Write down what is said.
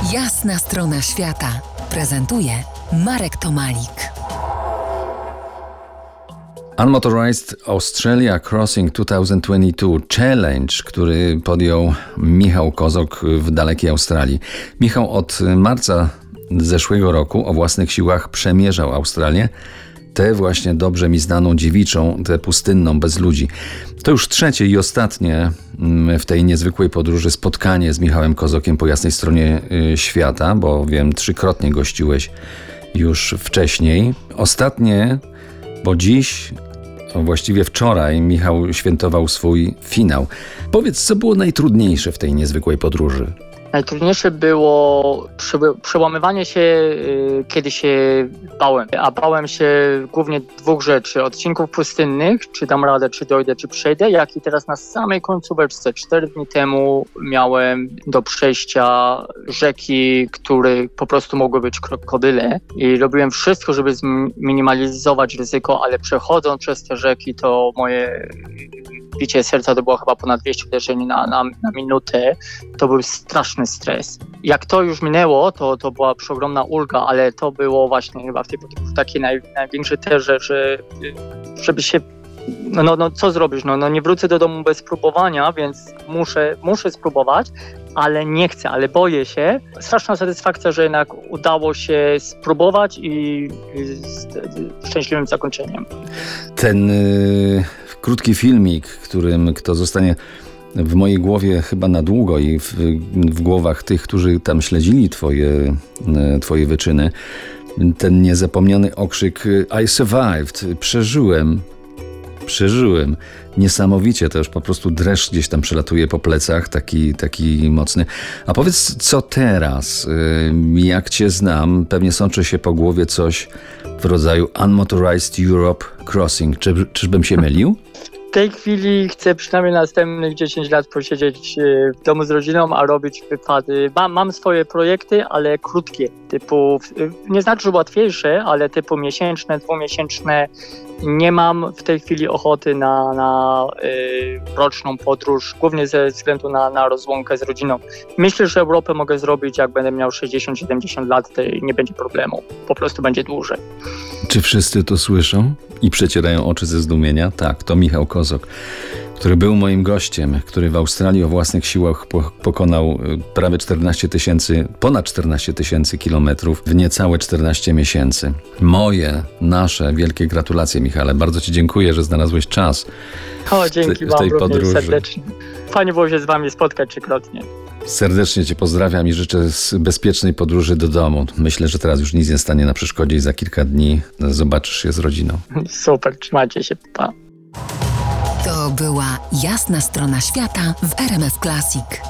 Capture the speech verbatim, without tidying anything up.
Jasna strona świata prezentuje Marek Tomalik. Unmotorized Australia Crossing dwa tysiące dwudziesty drugi Challenge, który podjął Michał Kozok w dalekiej Australii. Michał od marca zeszłego roku o własnych siłach przemierzał Australię, tę właśnie dobrze mi znaną dziewiczą, tę pustynną, bez ludzi. To już trzecie i ostatnie w tej niezwykłej podróży spotkanie z Michałem Kozokiem po jasnej stronie świata, bo wiem, trzykrotnie gościłeś już wcześniej. Ostatnie, bo dziś, właściwie wczoraj, Michał świętował swój finał. Powiedz, co było najtrudniejsze w tej niezwykłej podróży? Najtrudniejsze było przełamywanie się, kiedy się bałem. A bałem się głównie dwóch rzeczy. Odcinków pustynnych, czy dam radę, czy dojdę, czy przejdę, jak i teraz na samej końcóweczce, cztery dni temu miałem do przejścia rzeki, które po prostu mogły być krokodyle. I robiłem wszystko, żeby zminimalizować ryzyko, ale przechodząc przez te rzeki, to moje bicie serca to było chyba ponad dwieście uderzeń na, na, na minutę. To był straszny stres. Jak to już minęło, to, to była przeogromna ulga, ale to było właśnie chyba w tej podróży takie naj, największe też, że, że żeby się, no, no, no co zrobisz, no, no nie wrócę do domu bez spróbowania, więc muszę, muszę spróbować, ale nie chcę, ale boję się. Straszna satysfakcja, że jednak udało się spróbować i z, z szczęśliwym zakończeniem. Ten y, krótki filmik, którym kto zostanie w mojej głowie chyba na długo i w, w głowach tych, którzy tam śledzili twoje, twoje wyczyny, ten niezapomniany okrzyk I survived, przeżyłem, przeżyłem. Niesamowicie, to już po prostu dreszcz gdzieś tam przelatuje po plecach, taki, taki mocny. A powiedz, co teraz? Jak cię znam, pewnie sączy się po głowie coś w rodzaju Unmotorized Europe Crossing. Czy, czyżbym się mylił? W tej chwili chcę przynajmniej następnych dziesięć lat posiedzieć w domu z rodziną, a robić wypady. Mam, mam swoje projekty, ale krótkie, typu, nie znaczy, że łatwiejsze, ale typu miesięczne, dwumiesięczne. Nie mam w tej chwili ochoty na, na y, roczną podróż, głównie ze względu na, na rozłąkę z rodziną. Myślę, że Europę mogę zrobić, jak będę miał sześćdziesiąt siedemdziesiąt lat, to nie będzie problemu. Po prostu będzie dłużej. Czy wszyscy to słyszą i przecierają oczy ze zdumienia? Tak, to Michał Kozok, który był moim gościem, który w Australii o własnych siłach pokonał prawie czternaście tysięcy, ponad czternaście tysięcy kilometrów w niecałe czternaście miesięcy. Moje, nasze wielkie gratulacje, Michale. Bardzo ci dziękuję, że znalazłeś czas o, dzięki w, w tej wam podróży. Serdecznie. Fajnie było się z wami spotkać trzykrotnie. Serdecznie cię pozdrawiam i życzę bezpiecznej podróży do domu. Myślę, że teraz już nic nie stanie na przeszkodzie i za kilka dni zobaczysz się z rodziną. Super, trzymajcie się, pa. To była Jasna strona świata w R M F Classic.